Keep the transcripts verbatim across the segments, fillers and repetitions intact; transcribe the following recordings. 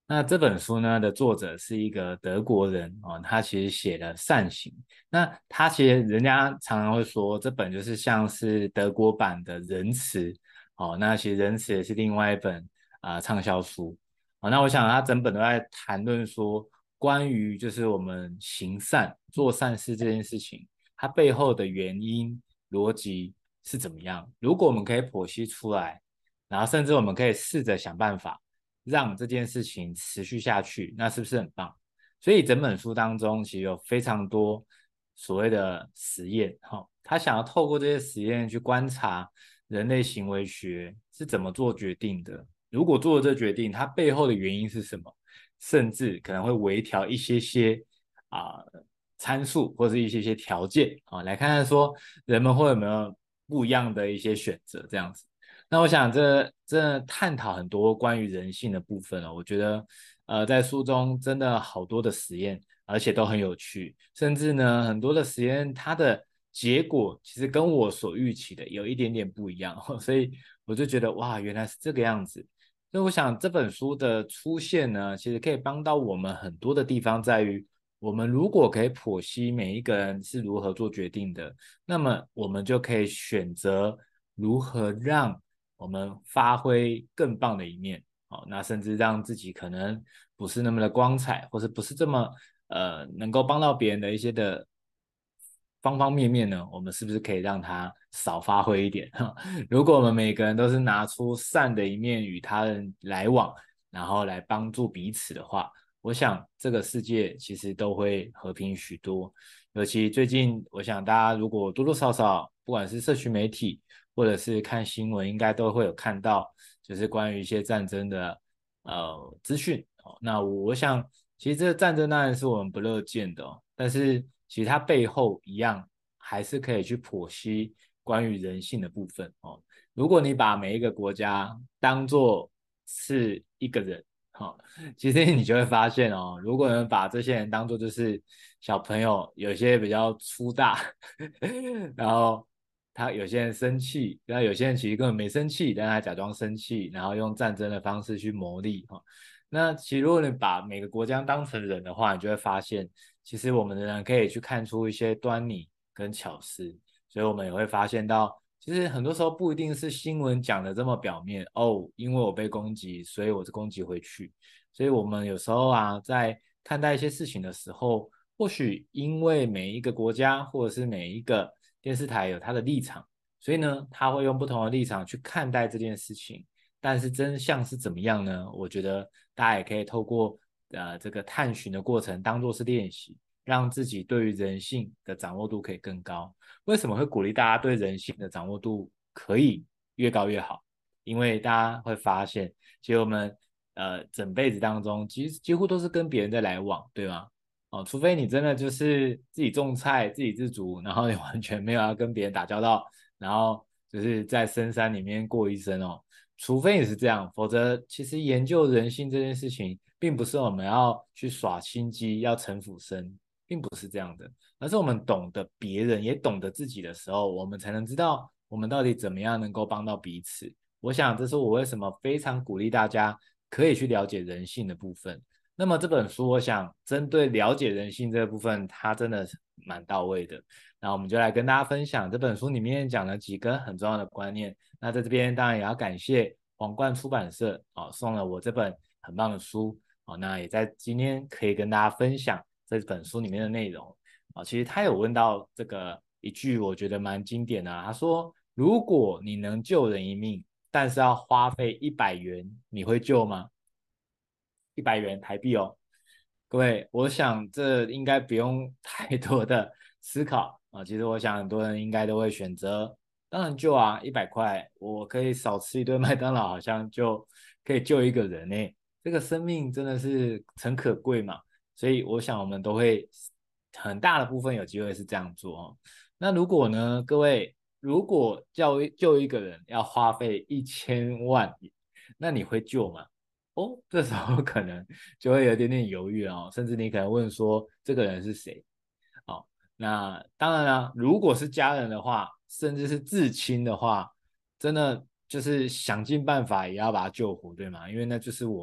那这本书呢的作者是一个德国人哦，他其实写了《善行》。那他其实人家常常会说，这本就是像是德国版的《仁慈》哦。那其实《仁慈》也是另外一本啊、呃畅销书哦。那我想他整本都在谈论说，关于就是我们行善、做善事这件事情，它背后的原因、逻辑是怎么样。如果我们可以剖析出来，然后甚至我们可以试着想办法。让这件事情持续下去，那是不是很棒？所以整本书当中其实有非常多所谓的实验，哈、哦，他想要透过这些实验去观察人类行为学是怎么做决定的。如果做了这决定，它背后的原因是什么？甚至可能会微调一些些啊、呃参数或是一些些条件啊、哦，来看看说人们会有没有不一样的一些选择，这样子。那我想这这探讨很多关于人性的部分了、哦，我觉得呃在书中真的好多的实验，而且都很有趣，甚至呢很多的实验它的结果其实跟我所预期的有一点点不一样，所以我就觉得哇原来是这个样子。所以我想这本书的出现呢，其实可以帮到我们很多的地方在于，我们如果可以剖析每一个人是如何做决定的，那么我们就可以选择如何让我们发挥更棒的一面，好，那甚至让自己可能不是那么的光彩，或是不是这么呃能够帮到别人的一些的方方面面呢，我们是不是可以让他少发挥一点？如果我们每个人都是拿出善的一面与他人来往，然后来帮助彼此的话，我想这个世界其实都会和平许多。尤其最近，我想大家如果多多少少，不管是社群媒体，或者是看新闻，应该都会有看到，就是关于一些战争的呃资讯。哦，那我想，其实这个战争当然是我们不乐见的哦，但是其实它背后一样还是可以去剖析关于人性的部分哦。如果你把每一个国家当做是一个人，哦，其实你就会发现哦，如果能把这些人当做就是小朋友，有些比较粗大，然后他有些人生气，然后有些人其实根本没生气，但他假装生气，然后用战争的方式去谋利哈、哦。那其实如果你把每个国家当成人的话，你就会发现，其实我们仍然可以去看出一些端倪跟巧思，所以我们也会发现到。其实很多时候不一定是新闻讲的这么表面哦，因为我被攻击，所以我是攻击回去。所以我们有时候啊，在看待一些事情的时候，或许因为每一个国家或者是每一个电视台有它的立场，所以呢，他会用不同的立场去看待这件事情。但是真相是怎么样呢？我觉得大家也可以透过呃这个探寻的过程，当做是练习，让自己对于人性的掌握度可以更高。为什么会鼓励大家对人性的掌握度可以越高越好？因为大家会发现，其实我们呃整辈子当中，其实几乎都是跟别人在来往，对吗？哦，除非你真的就是自己种菜、自给自足，然后你完全没有要跟别人打交道，然后就是在深山里面过一生哦。除非你是这样，否则其实研究人性这件事情，并不是我们要去耍心机、要城府深，并不是这样的。而是我们懂得别人，也懂得自己的时候，我们才能知道我们到底怎么样能够帮到彼此。我想，这是我为什么非常鼓励大家可以去了解人性的部分。那么这本书，我想针对了解人性这个部分，它真的是蛮到位的。那我们就来跟大家分享这本书里面讲了几个很重要的观念。那在这边当然也要感谢皇冠出版社啊、哦，送了我这本很棒的书啊、哦，那也在今天可以跟大家分享这本书里面的内容。啊，其实他有问到这个一句，我觉得蛮经典的啊。他说：“如果你能救人一命，但是要花费一百元，你会救吗？一百元台币哦。”各位，我想这应该不用太多的思考啊。其实我想很多人应该都会选择，当然救啊，一百块我可以少吃一顿麦当劳，好像就可以救一个人呢。这个生命真的是诚可贵嘛。所以我想我们都会很大的部分有机会是这样做哦。那如果呢，各位，如果教救一个人要花费一千万，那你会救吗？哦，这时候可能就会有点点犹豫哦，甚至你可能问说这个人是谁？哦，那当然了，如果是家人的话，甚至是至亲的话，真的就是想尽办法也要把他救活，对吗？因为那就是我们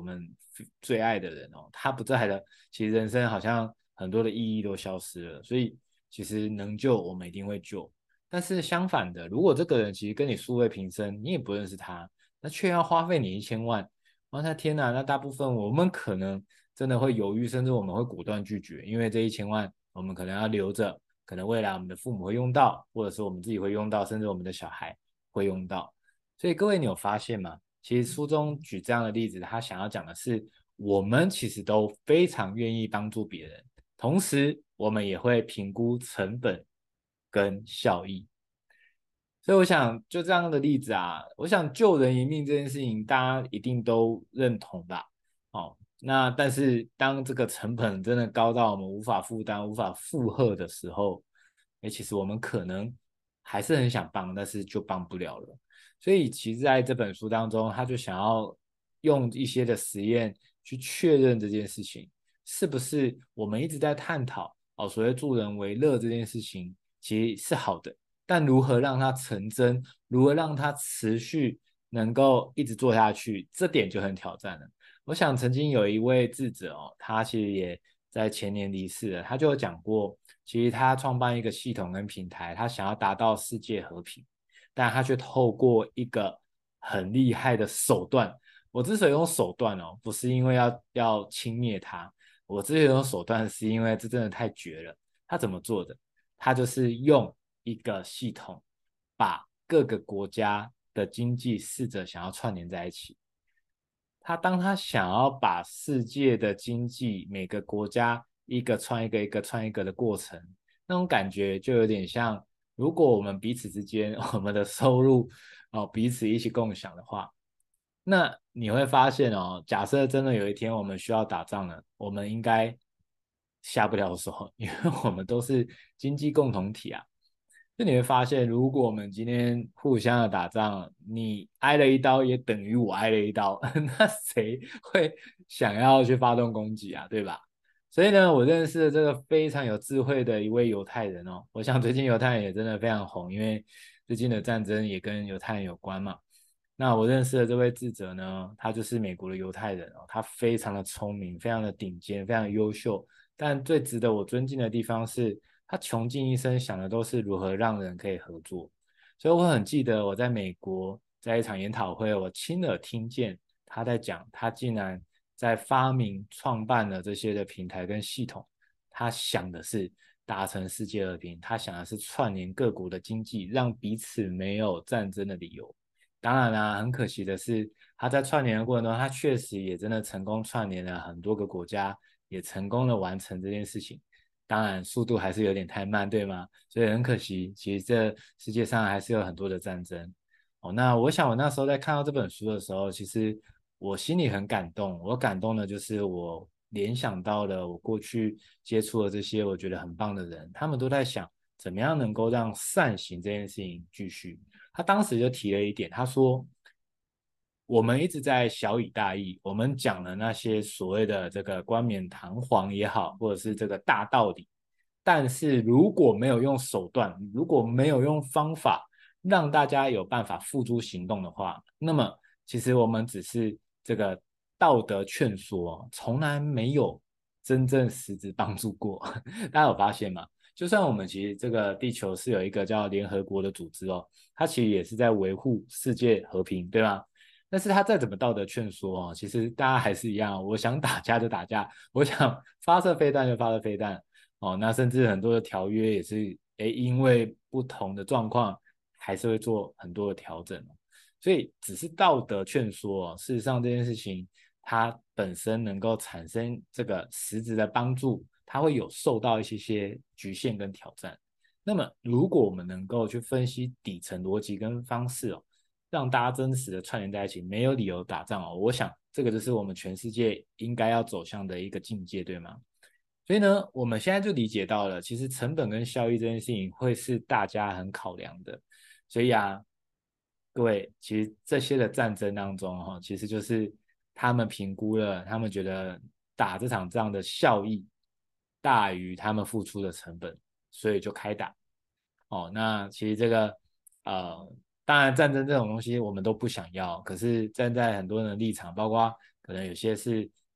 最爱的人哦，他不在了，其实人生好像很多的意义都消失了。所以其实能救我们一定会救，但是相反的，如果这个人其实跟你素未平生，你也不认识他，那却要花费你一千万，哇，那天哪，那大部分我们可能真的会犹豫，甚至我们会果断拒绝，因为这一千万我们可能要留着，可能未来我们的父母会用到，或者是我们自己会用到，甚至我们的小孩会用到。所以各位，你有发现吗？其实书中举这样的例子，他想要讲的是，我们其实都非常愿意帮助别人，同时我们也会评估成本跟效益。所以我想，就这样的例子啊，我想救人一命这件事情，大家一定都认同吧？哦，那但是当这个成本真的高到我们无法负担、无法负荷的时候，哎，其实我们可能还是很想帮，但是就帮不了了。所以，其实在这本书当中，他就想要用一些的实验去确认这件事情，是不是我们一直在探讨哦，所谓助人为乐这件事情其实是好的。但如何让它成真，如何让它持续能够一直做下去，这点就很挑战了。我想曾经有一位智者哦，他其实也在前年离世了，他就有讲过，其实他创办一个系统跟平台，他想要达到世界和平，但他却透过一个很厉害的手段。我之所以用手段哦，不是因为要要轻蔑他，我之所以用手段，是因为这真的太绝了。他怎么做的？他就是用一个系统，把各个国家的经济试着想要串联在一起。他当他想要把世界的经济每个国家一个串一个，一个串一个的过程，那种感觉就有点像，如果我们彼此之间我们的收入哦彼此一起共享的话，那你会发现哦，假设真的有一天我们需要打仗了，我们应该下不了手，因为我们都是经济共同体啊。就你会发现，如果我们今天互相的打仗，你挨了一刀也等于我挨了一刀，那谁会想要去发动攻击啊？对吧？所以呢，我认识了这个非常有智慧的一位犹太人哦。我想最近犹太人也真的非常红，因为最近的战争也跟犹太人有关嘛。那我认识的这位智者呢，他就是美国的犹太人哦，他非常的聪明，非常的顶尖，非常的优秀。但最值得我尊敬的地方是，他穷尽一生想的都是如何让人可以合作。所以我很记得我在美国在一场研讨会，我亲耳听见他在讲，他竟然在发明创办了这些的平台跟系统，他想的是达成世界和平，他想的是串联各国的经济，让彼此没有战争的理由。当然啦，很可惜的是，他在串联的过程中，他确实也真的成功串联了很多个国家，也成功的完成这件事情。当然，速度还是有点太慢，对吗？所以很可惜，其实这世界上还是有很多的战争。哦，那我想我那时候在看到这本书的时候，其实我心里很感动。我感动的就是我联想到了我过去接触的这些我觉得很棒的人，他们都在想怎么样能够让善行这件事情继续。他当时就提了一点，他说我们一直在小以大义，我们讲了那些所谓的这个冠冕堂皇也好，或者是这个大道理，但是如果没有用手段，如果没有用方法让大家有办法付诸行动的话，那么其实我们只是这个道德劝说，从来没有真正实质帮助过。大家有发现吗？就算我们其实这个地球是有一个叫联合国的组织哦，它其实也是在维护世界和平，对吗？但是他再怎么道德劝说哦，其实大家还是一样，我想打架就打架，我想发射飞弹就发射飞弹哦。那甚至很多的条约也是，诶，因为不同的状况，还是会做很多的调整。所以只是道德劝说哦，事实上这件事情它本身能够产生这个实质的帮助，它会有受到一些些局限跟挑战。那么如果我们能够去分析底层逻辑跟方式哦，让大家真实的串联在一起，没有理由打仗哦。我想这个就是我们全世界应该要走向的一个境界，对吗？所以呢，我们现在就理解到了，其实成本跟效益这件事情会是大家很考量的。所以啊，各位，其实这些的战争当中，哈，其实就是他们评估了，他们觉得打这场仗的效益大于他们付出的成本，所以就开打。哦，那其实这个呃，当然战争这种东西我们都不想要，可是站在很多人的立场，包括可能有些是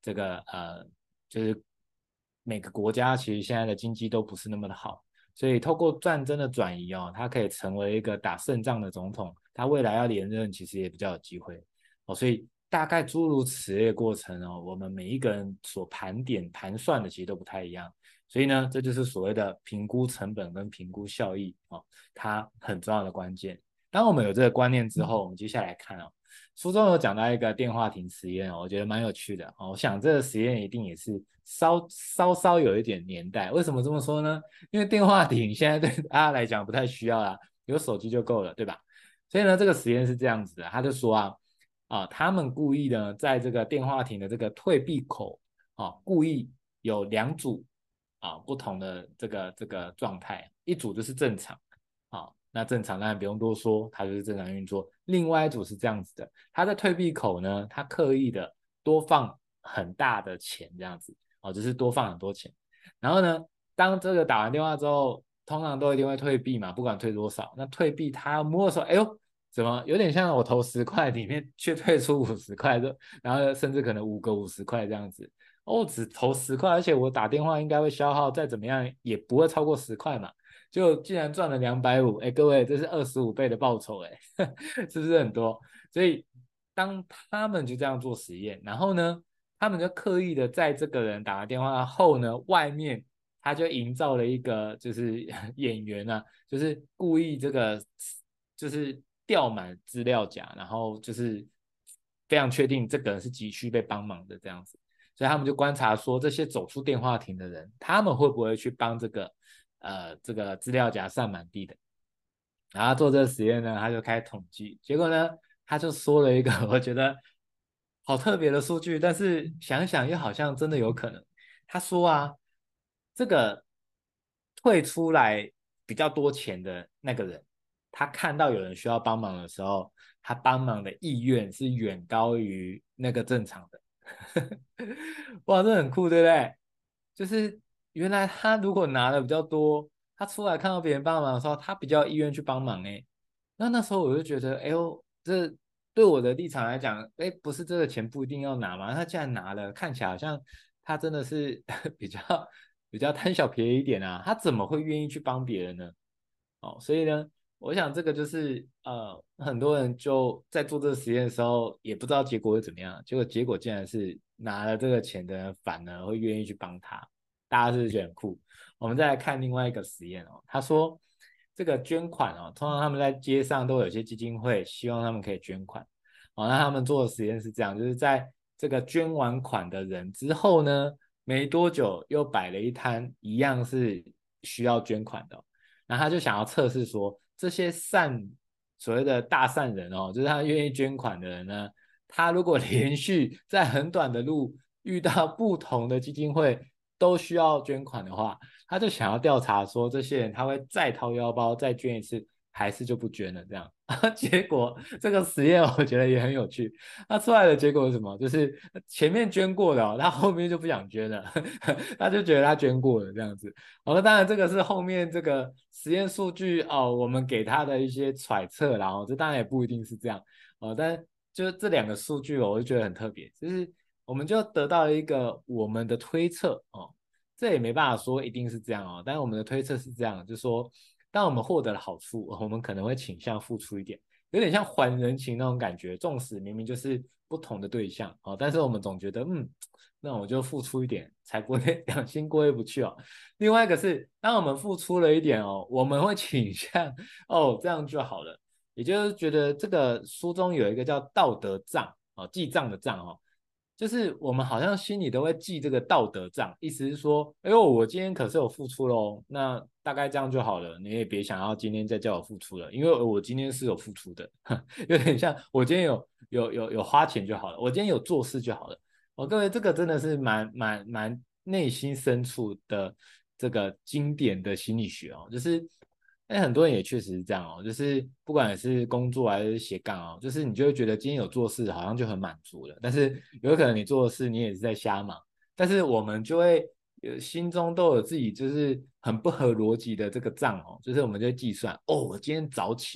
这个呃，就是每个国家其实现在的经济都不是那么的好，所以透过战争的转移哦，他可以成为一个打胜仗的总统，他未来要连任其实也比较有机会哦，所以大概诸如此类的过程哦，我们每一个人所盘点盘算的其实都不太一样。所以呢，这就是所谓的评估成本跟评估效益哦，它很重要的关键。当我们有这个观念之后，我们接下来看哦，书中有讲到一个电话亭实验哦，我觉得蛮有趣的哦。我想这个实验一定也是稍稍稍有一点年代。为什么这么说呢？因为电话亭现在对大家来讲不太需要啦，有手机就够了，对吧？所以呢，这个实验是这样子的，他就说啊啊，他们故意呢在这个电话亭的这个退闭口啊，故意有两组啊不同的这个这个状态，一组就是正常。好，那正常当然不用多说，它就是正常运作。另外一组是这样子的，它在退闭口呢，它刻意的多放很大的钱这样子，哦，就是多放很多钱。然后呢，当这个打完电话之后，通常都一定会退币嘛，不管退多少。那退币他摸的时候，哎呦，怎么有点像我投十块里面却退出五十块的，然后甚至可能五个五十块这样子。哦，只投十块，而且我打电话应该会消耗再怎么样也不会超过十块嘛。就竟然赚了两百五，哎，各位，这是二十五倍的报酬，哎，是不是很多？所以当他们就这样做实验，然后呢，他们就刻意的在这个人打了电话后呢，外面他就营造了一个就是演员啊，就是故意这个就是吊满资料夹，然后就是非常确定这个人是急需被帮忙的这样子，所以他们就观察说这些走出电话亭的人，他们会不会去帮这个呃这个资料夹散满地的？然后做这个实验呢，他就开始统计，结果呢，他就说了一个我觉得好特别的数据，但是想想又好像真的有可能。他说啊，这个退出来比较多钱的那个人，他看到有人需要帮忙的时候，他帮忙的意愿是远高于那个正常的。哇，这很酷，对不对？就是原来他如果拿的比较多，他出来看到别人帮忙的时候，他比较意愿去帮忙哎。那那时候我就觉得，哎呦，这对我的立场来讲，哎，不是这个钱不一定要拿嘛，他既然拿了，看起来好像他真的是比较比较贪小便宜一点啊，他怎么会愿意去帮别人呢？哦，所以呢，我想这个就是呃，很多人就在做这个实验的时候，也不知道结果会怎么样，结果结果竟然是拿了这个钱的人反而会愿意去帮他，大家是不是觉得很酷？我们再来看另外一个实验哦，他说这个捐款哦，通常他们在街上都有些基金会希望他们可以捐款，哦，那他们做的实验是这样，就是在这个捐完款的人之后呢，没多久又摆了一摊，一样是需要捐款的哦，然后他就想要测试说，这些善所谓的大善人哦，就是他愿意捐款的人呢，他如果连续在很短的路遇到不同的基金会都需要捐款的话，他就想要调查说，这些人他会再掏腰包再捐一次，还是就不捐了这样。结果这个实验我觉得也很有趣，他出来的结果是什么？就是前面捐过的哦，他后面就不想捐了，他就觉得他捐过了这样子。好了，当然这个是后面这个实验数据哦，我们给他的一些揣测啦，哦，这当然也不一定是这样哦，但就这两个数据，我就觉得很特别，就是我们就得到了一个我们的推测哦，这也没办法说一定是这样哦，但是我们的推测是这样，就是说，当我们获得了好处，我们可能会倾向付出一点，有点像还人情那种感觉，纵使明明就是不同的对象哦，但是我们总觉得嗯。那我就付出一点，才不会良心过意不去哦。另外一个是，当我们付出了一点哦，我们会倾向哦这样就好了，也就是觉得这个书中有一个叫道德账哦，记账的账哦，就是我们好像心里都会记这个道德账，意思是说，哎呦，我今天可是有付出喽，那大概这样就好了，你也别想要今天再叫我付出了，因为我今天是有付出的，有点像我今天有有有有花钱就好了，我今天有做事就好了。哦，各位，这个真的是蛮蛮蛮内心深处的这个经典的心理学哦，就是，哎，很多人也确实是这样哦，就是不管是工作还是斜杠哦，就是你就会觉得今天有做事好像就很满足了，但是有可能你做的事你也是在瞎忙，但是我们就会呃心中都有自己就是很不合逻辑的这个账哦，就是我们就会计算哦，我今天早起。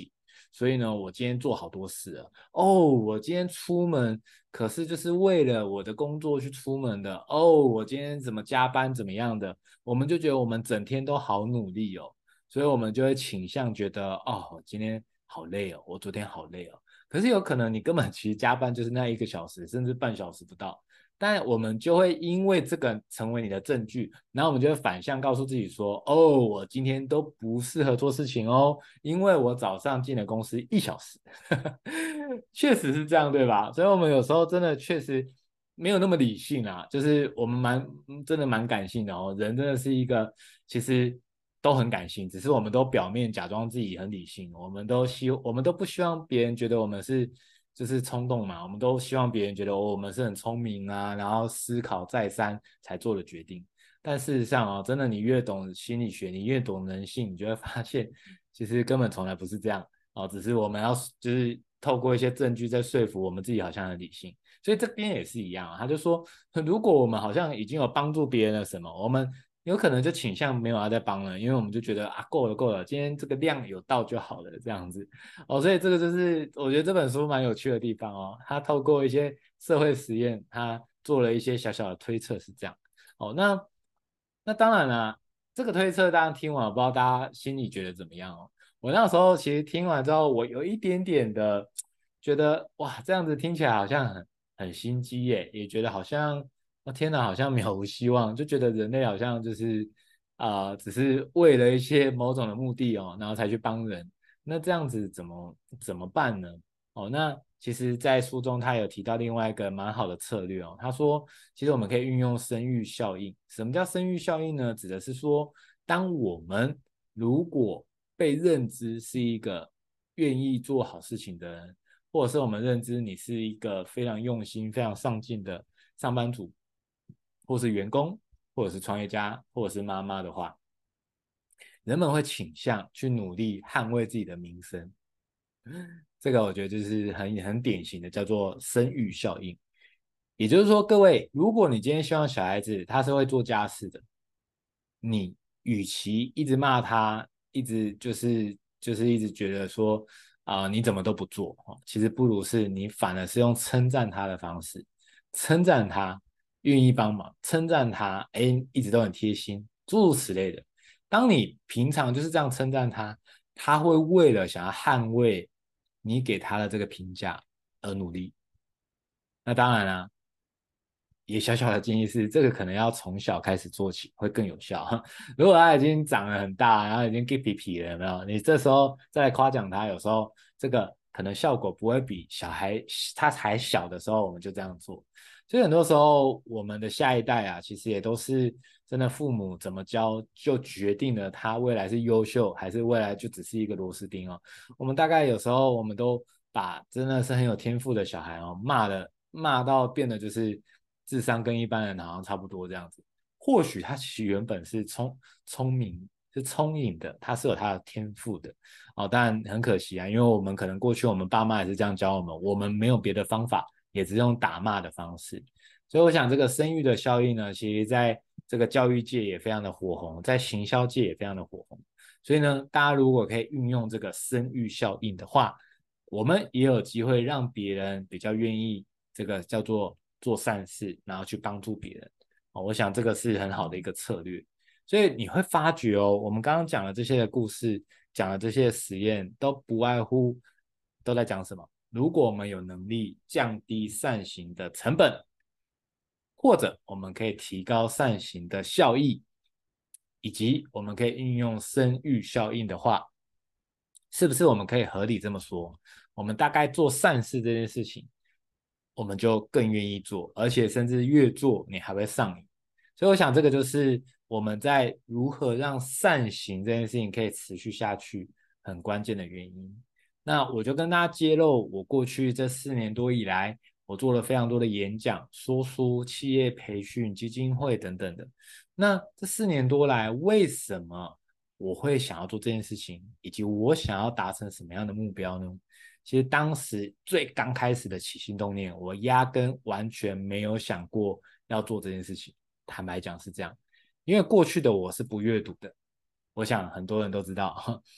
所以呢，我今天做好多事了。哦，我今天出门可是就是为了我的工作去出门的。哦，我今天怎么加班怎么样的，我们就觉得我们整天都好努力哦，所以我们就会倾向觉得，哦，今天好累哦，我昨天好累哦。可是有可能你根本其实加班就是那一个小时，甚至半小时不到。但我们就会因为这个成为你的证据，然后我们就会反向告诉自己说，哦，我今天都不适合做事情哦，因为我早上进了公司一小时。确实是这样，对吧？所以我们有时候真的确实没有那么理性啊，就是我们蛮真的蛮感性的哦，人真的是一个其实都很感性，只是我们都表面假装自己很理性，我们都希我们都不希望别人觉得我们是就是冲动嘛，我们都希望别人觉得、哦、我们是很聪明啊，然后思考再三才做的决定。但事实上哦，真的你越懂心理学，你越懂人性，你就会发现其实根本从来不是这样哦，只是我们要就是透过一些证据在说服我们自己好像很理性。所以这边也是一样啊，他就说，如果我们好像已经有帮助别人了什么，我们有可能就倾向没有要再帮了，因为我们就觉得啊，够了够了，今天这个量有到就好了，这样子哦。所以这个就是我觉得这本书蛮有趣的地方哦，他透过一些社会实验，他做了一些小小的推测，是这样哦。那那当然啦，这个推测大家听完，我不知道大家心里觉得怎么样哦。我那时候其实听完之后，我有一点点的觉得，哇，这样子听起来好像很很心机耶，也觉得好像，哦天哪，好像渺无希望，就觉得人类好像就是啊、呃只是为了一些某种的目的哦，然后才去帮人。那这样子怎么怎么办呢？哦，那其实，在书中他有提到另外一个蛮好的策略哦。他说，其实我们可以运用生育效应。什么叫生育效应呢？指的是说，当我们如果被认知是一个愿意做好事情的人，或者是我们认知你是一个非常用心、非常上进的上班族，或是员工，或者是创业家，或者是妈妈的话，人们会倾向去努力捍卫自己的名声。这个我觉得就是很很典型的，叫做生育效应。也就是说，各位，如果你今天希望小孩子他是会做家事的，你与其一直骂他，一直就是就是一直觉得说啊、呃你怎么都不做，哦，其实不如是你反而是用称赞他的方式，称赞他愿意帮忙，称赞他哎一直都很贴心，诸如此类的。当你平常就是这样称赞他，他会为了想要捍卫你给他的这个评价而努力。那当然啦，也小小的建议是，这个可能要从小开始做起，会更有效。如果他已经长得很大，然后已经 g 皮皮了，有没有？你这时候再来夸奖他，有时候这个可能效果不会比小孩他还小的时候我们就这样做。所以很多时候，我们的下一代啊，其实也都是真的，父母怎么教，就决定了他未来是优秀，还是未来就只是一个螺丝钉哦。我们大概有时候，我们都把真的是很有天赋的小孩哦，骂的骂到变得就是智商跟一般人好像差不多这样子。或许他其实原本是聪聪明，是聪颖的，他是有他的天赋的哦。但很可惜啊，因为我们可能过去我们爸妈也是这样教我们，我们没有别的方法。也只用打骂的方式。所以我想这个生育的效应呢，其实在这个教育界也非常的火红，在行销界也非常的火红。所以呢，大家如果可以运用这个生育效应的话，我们也有机会让别人比较愿意这个叫做做善事，然后去帮助别人。哦，我想这个是很好的一个策略。所以你会发觉哦，我们刚刚讲的这些的故事，讲的这些实验，都不外乎都在讲什么？如果我们有能力降低善行的成本，或者我们可以提高善行的效益，以及我们可以运用生育效应的话，是不是我们可以合理这么说？我们大概做善事这件事情，我们就更愿意做，而且甚至越做你还会上瘾。所以我想这个就是我们在如何让善行这件事情可以持续下去很关键的原因。那我就跟大家揭露，我过去这四年多以来，我做了非常多的演讲、说书、企业培训、基金会等等的。那这四年多来，为什么我会想要做这件事情，以及我想要达成什么样的目标呢？其实当时最刚开始的起心动念，我压根完全没有想过要做这件事情。坦白讲是这样，因为过去的我是不阅读的，我想很多人都知道，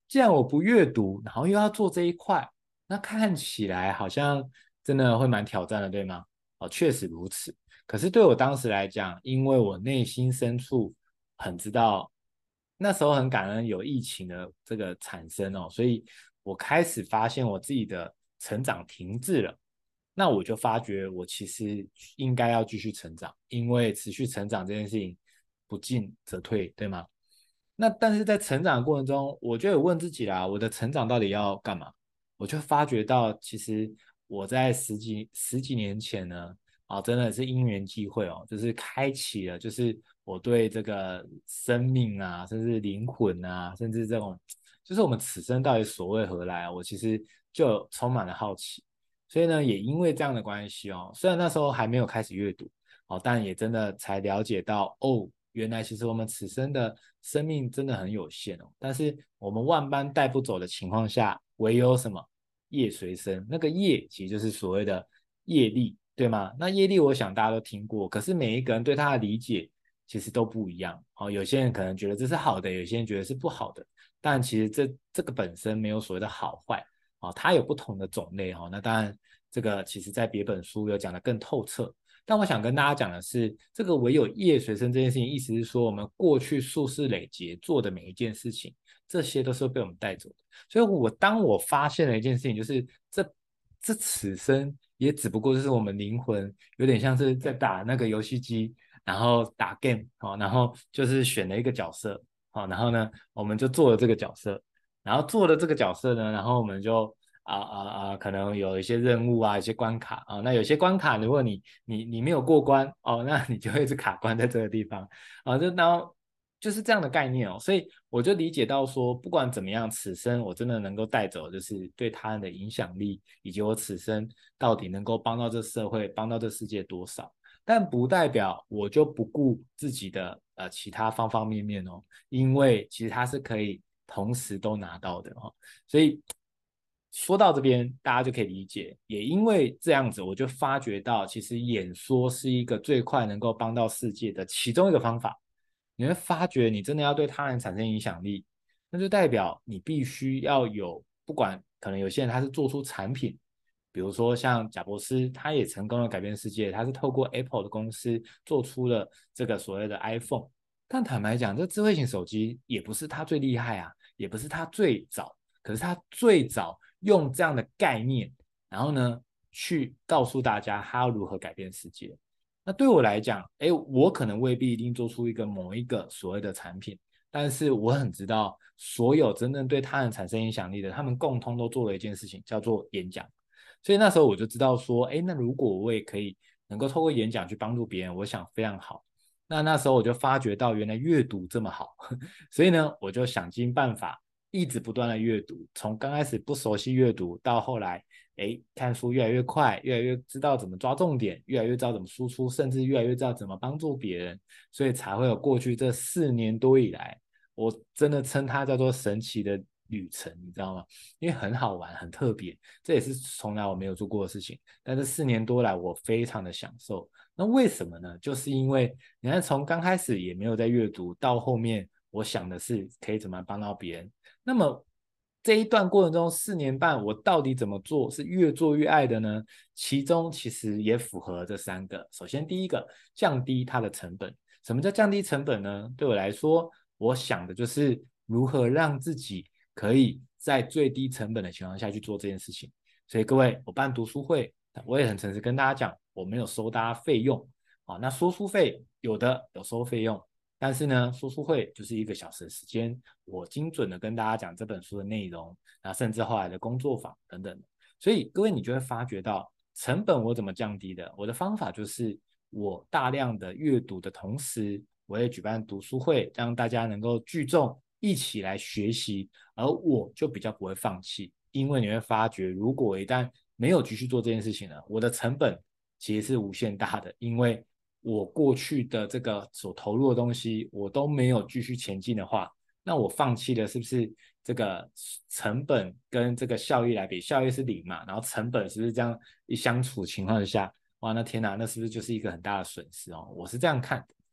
既然我不阅读，然后又要做这一块，那看起来好像真的会蛮挑战的，对吗？哦，确实如此。可是对我当时来讲，因为我内心深处很知道，那时候很感恩有疫情的这个产生哦，所以我开始发现我自己的成长停滞了。那我就发觉我其实应该要继续成长，因为持续成长这件事情不进则退，对吗？那但是在成长的过程中，我就有问自己啦，我的成长到底要干嘛？我就发觉到，其实我在十几十几年前呢，啊，真的是因缘际会哦，就是开启了，就是我对这个生命啊，甚至灵魂啊，甚至这种，就是我们此生到底所谓何来啊，我其实就充满了好奇。所以呢，也因为这样的关系哦，虽然那时候还没有开始阅读哦，但也真的才了解到哦，原来其实我们此生的生命真的很有限哦。但是我们万般带不走的情况下，唯有什么业随身？那个业其实就是所谓的业力，对吗？那业力我想大家都听过，可是每一个人对它的理解其实都不一样哦。有些人可能觉得这是好的，有些人觉得是不好的，但其实这这个本身没有所谓的好坏。哦，它有不同的种类哦。那当然，这个其实在别本书有讲得更透彻。但我想跟大家讲的是，这个唯有业随身这件事情，意思是说，我们过去数世累劫做的每一件事情，这些都是被我们带走的。所以我当我发现了一件事情，就是这这此生也只不过就是我们灵魂有点像是在打那个游戏机，然后打 game 哦，然后就是选了一个角色，好、哦，然后呢，我们就做了这个角色。然后做了这个角色呢，然后我们就啊啊啊，可能有一些任务啊，一些关卡啊，那有些关卡如果你你你没有过关哦，那你就会是卡关在这个地方啊，就然后就是这样的概念哦，所以我就理解到说，不管怎么样，此生我真的能够带走，就是对他人的影响力，以及我此生到底能够帮到这社会，帮到这世界多少。但不代表我就不顾自己的呃其他方方面面哦，因为其实它是可以同时都拿到的哦。所以说到这边，大家就可以理解，也因为这样子，我就发觉到，其实演说是一个最快能够帮到世界的其中一个方法。你会发觉，你真的要对他人产生影响力，那就代表你必须要有，不管可能有些人他是做出产品，比如说像贾伯斯，他也成功的改变世界，他是透过 Apple 的公司做出了这个所谓的 iPhone。但坦白讲，这智慧型手机也不是他最厉害啊，也不是他最早，可是他最早用这样的概念，然后呢，去告诉大家他要如何改变世界。那对我来讲，哎，我可能未必一定做出一个某一个所谓的产品，但是我很知道，所有真正对他人产生影响力的，他们共通都做了一件事情，叫做演讲。所以那时候我就知道说，哎，那如果我也可以能够透过演讲去帮助别人，我想非常好。那那时候我就发觉到，原来阅读这么好，所以呢，我就想尽办法，一直不断的阅读，从刚开始不熟悉阅读，到后来，哎，看书越来越快，越来越知道怎么抓重点，越来越知道怎么输出，甚至越来越知道怎么帮助别人，所以才会有过去这四年多以来，我真的称它叫做神奇的旅程，你知道吗？因为很好玩，很特别，这也是从来我没有做过的事情，但是四年多来我非常的享受。那为什么呢？就是因为你看，从刚开始也没有在阅读，到后面我想的是可以怎么帮到别人。那么这一段过程中，四年半我到底怎么做是越做越爱的呢？其中其实也符合这三个。首先，第一个，降低它的成本。什么叫降低成本呢？对我来说，我想的就是如何让自己可以在最低成本的情况下去做这件事情。所以各位，我办读书会，我也很诚实跟大家讲，我没有收大家费用啊。那说书费有的有收费用，但是呢，说书会就是一个小时的时间，我精准的跟大家讲这本书的内容，那甚至后来的工作坊等等。所以各位你就会发觉到成本我怎么降低的？我的方法就是我大量的阅读的同时，我也举办读书会，让大家能够聚众一起来学习，而我就比较不会放弃，因为你会发觉，如果一旦没有继续做这件事情呢，我的成本其实是无限大的，因为我过去的这个所投入的东西，我都没有继续前进的话，那我放弃的是不是这个成本跟这个效益来比？效益是零嘛，然后成本是不是这样一相处情况下，哇，那天哪，那是不是就是一个很大的损失哦？我是这样看的。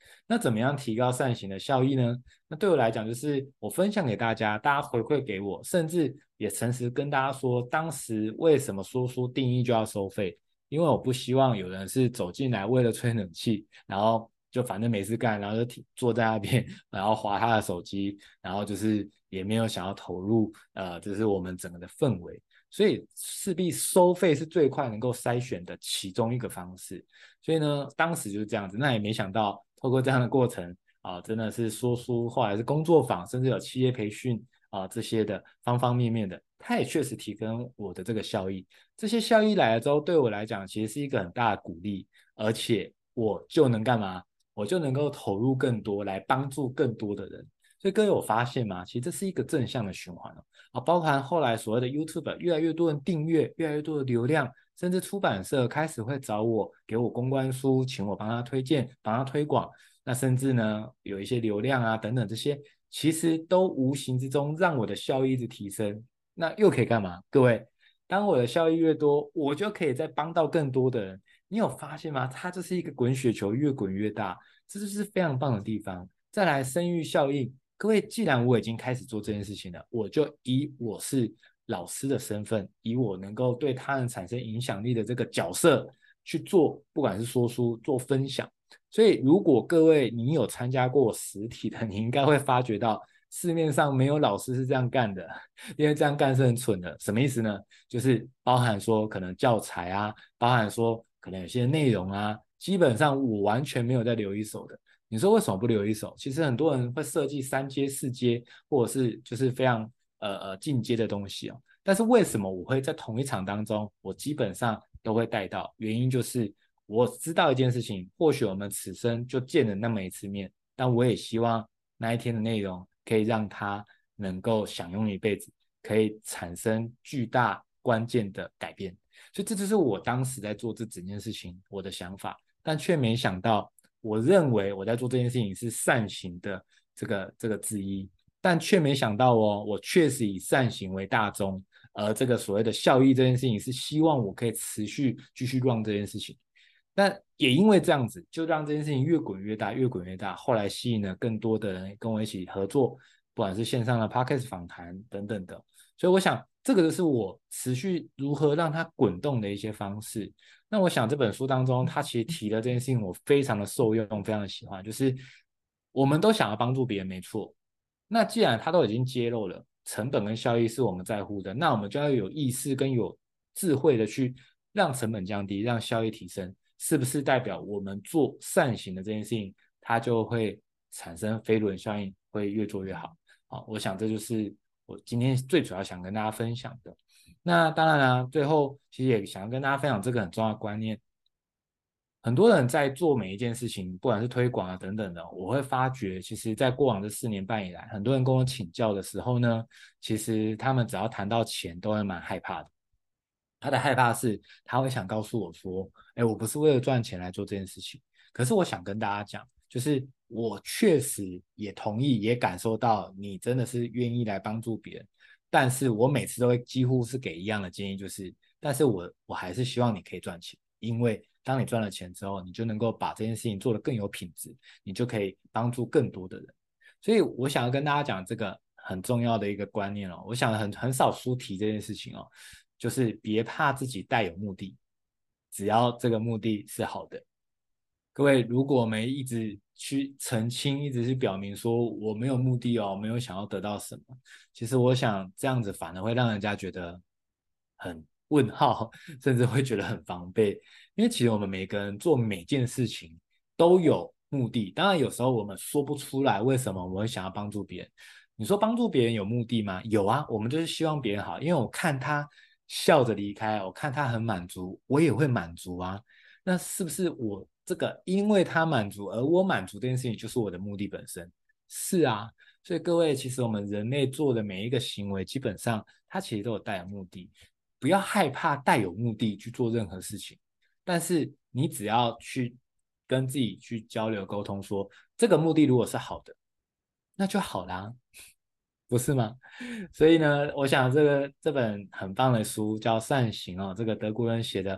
那怎么样提高善行的效益呢？那对我来讲，就是我分享给大家，大家回馈给我，甚至也诚实跟大家说，当时为什么说书定义就要收费，因为我不希望有人是走进来为了吹冷气，然后就反正没事干，然后就坐在那边，然后滑他的手机，然后就是也没有想要投入，呃，就是我们整个的氛围。所以势必收费是最快能够筛选的其中一个方式。所以呢，当时就是这样子，那也没想到透过这样的过程啊，真的是说书，后来是工作坊，甚至有企业培训啊这些的方方面面的，它也确实提升我的这个效益。这些效益来了之后，对我来讲其实是一个很大的鼓励，而且我就能干嘛？我就能够投入更多来帮助更多的人。所以各位有发现吗？其实这是一个正向的循环哦。啊，包含后来所谓的 YouTube， 越来越多人订阅，越来越多的流量，甚至出版社开始会找我，给我公关书，请我帮他推荐，帮他推广。那甚至呢，有一些流量啊等等这些，其实都无形之中让我的效益一直提升。那又可以干嘛？各位，当我的效益越多，我就可以再帮到更多的人。你有发现吗？它就是一个滚雪球，越滚越大，这就是非常棒的地方。再来，生育效应。各位，既然我已经开始做这件事情了，我就以我是老师的身份，以我能够对他人产生影响力的这个角色去做，不管是说书、做分享。所以，如果各位你有参加过实体的，你应该会发觉到市面上没有老师是这样干的，因为这样干是很蠢的。什么意思呢？就是包含说可能教材啊，包含说可能有些内容啊，基本上我完全没有在留一手的。你说为什么不留一手？其实很多人会设计三阶、四阶，或者是就是非常呃呃进阶的东西哦。但是为什么我会在同一场当中，我基本上都会带到？原因就是我知道一件事情，或许我们此生就见了那么一次面，但我也希望那一天的内容可以让他能够享用一辈子，可以产生巨大关键的改变。所以这就是我当时在做这整件事情我的想法，但却没想到。我认为我在做这件事情是善行的这个这个之一，但却没想到哦，我确实以善行为大宗，而这个所谓的效益这件事情是希望我可以持续继续让这件事情，但也因为这样子，就让这件事情越滚越大，越滚越大，后来吸引了更多的人跟我一起合作，不管是线上的 Podcast 访谈等等的，所以我想这个就是我持续如何让它滚动的一些方式。那我想这本书当中，他其实提了这件事情，我非常的受用，非常的喜欢，就是我们都想要帮助别人，没错。那既然他都已经揭露了成本跟效益是我们在乎的，那我们就要有意识跟有智慧的去让成本降低，让效益提升，是不是代表我们做善行的这件事情，它就会产生飞轮效应，会越做越好？好，我想这就是我今天最主要想跟大家分享的。那当然啦、啊，最后其实也想要跟大家分享这个很重要的观念。很多人在做每一件事情，不管是推广啊等等的，我会发觉，其实，在过往这四年半以来，很多人跟我请教的时候呢，其实他们只要谈到钱，都会蛮害怕的。他的害怕是，他会想告诉我说：“哎，我不是为了赚钱来做这件事情。”可是我想跟大家讲，就是我确实也同意，也感受到你真的是愿意来帮助别人。但是我每次都会几乎是给一样的建议，就是，但是我我还是希望你可以赚钱，因为当你赚了钱之后，你就能够把这件事情做得更有品质，你就可以帮助更多的人。所以我想要跟大家讲这个很重要的一个观念哦，我想很很少书提这件事情哦，就是别怕自己带有目的，只要这个目的是好的。各位，如果我们一直去澄清，一直去表明说我没有目的哦，没有想要得到什么，其实我想这样子反而会让人家觉得很问号，甚至会觉得很防备。因为其实我们每个人做每件事情都有目的，当然有时候我们说不出来为什么我们会想要帮助别人。你说帮助别人有目的吗？有啊，我们就是希望别人好，因为我看他笑着离开，我看他很满足，我也会满足啊。那是不是我这个因为他满足而我满足这件事情就是我的目的本身？是啊，所以各位，其实我们人类做的每一个行为，基本上它其实都有带有目的。不要害怕带有目的去做任何事情，但是你只要去跟自己去交流沟通说，这个目的如果是好的，那就好啦，不是吗？所以呢，我想这个这本很棒的书叫《善行》哦，这个德国人写的，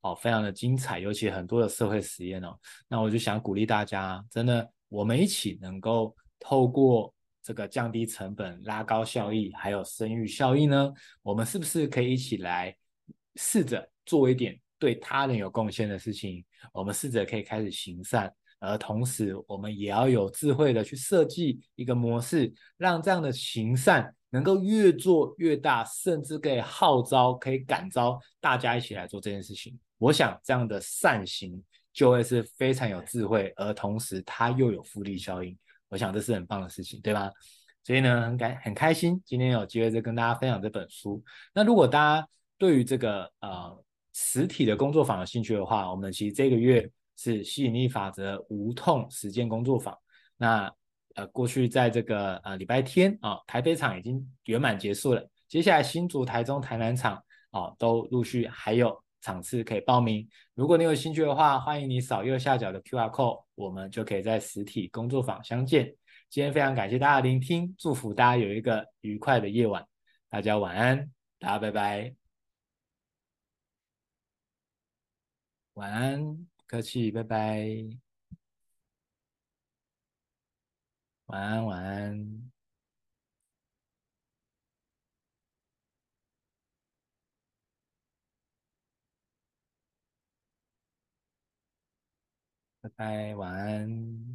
哦，非常的精彩，尤其很多的社会实验哦。那我就想鼓励大家，真的，我们一起能够透过这个降低成本、拉高效益，还有生育效益呢，我们是不是可以一起来试着做一点对他人有贡献的事情？我们试着可以开始行善，而同时我们也要有智慧的去设计一个模式，让这样的行善能够越做越大，甚至可以号召、可以感召大家一起来做这件事情。我想这样的善行就会是非常有智慧，而同时它又有复利效应。我想这是很棒的事情，对吧？所以呢，很感很开心今天有机会再跟大家分享这本书。那如果大家对于这个呃实体的工作坊有兴趣的话，我们其实这个月是吸引力法则无痛实践工作坊。那呃过去在这个呃礼拜天啊、哦，台北场已经圆满结束了，接下来新竹、台中、台南场哦都陆续还有场次可以报名。如果你有兴趣的话，欢迎你扫右下角的 Q R code，我们就可以在实体工作坊相见。今天非常感谢大家的聆听，祝福大家有一个愉快的夜晚，大家晚安，大家拜拜，晚安，不客气，拜拜，晚安，晚安，拜拜，晚安。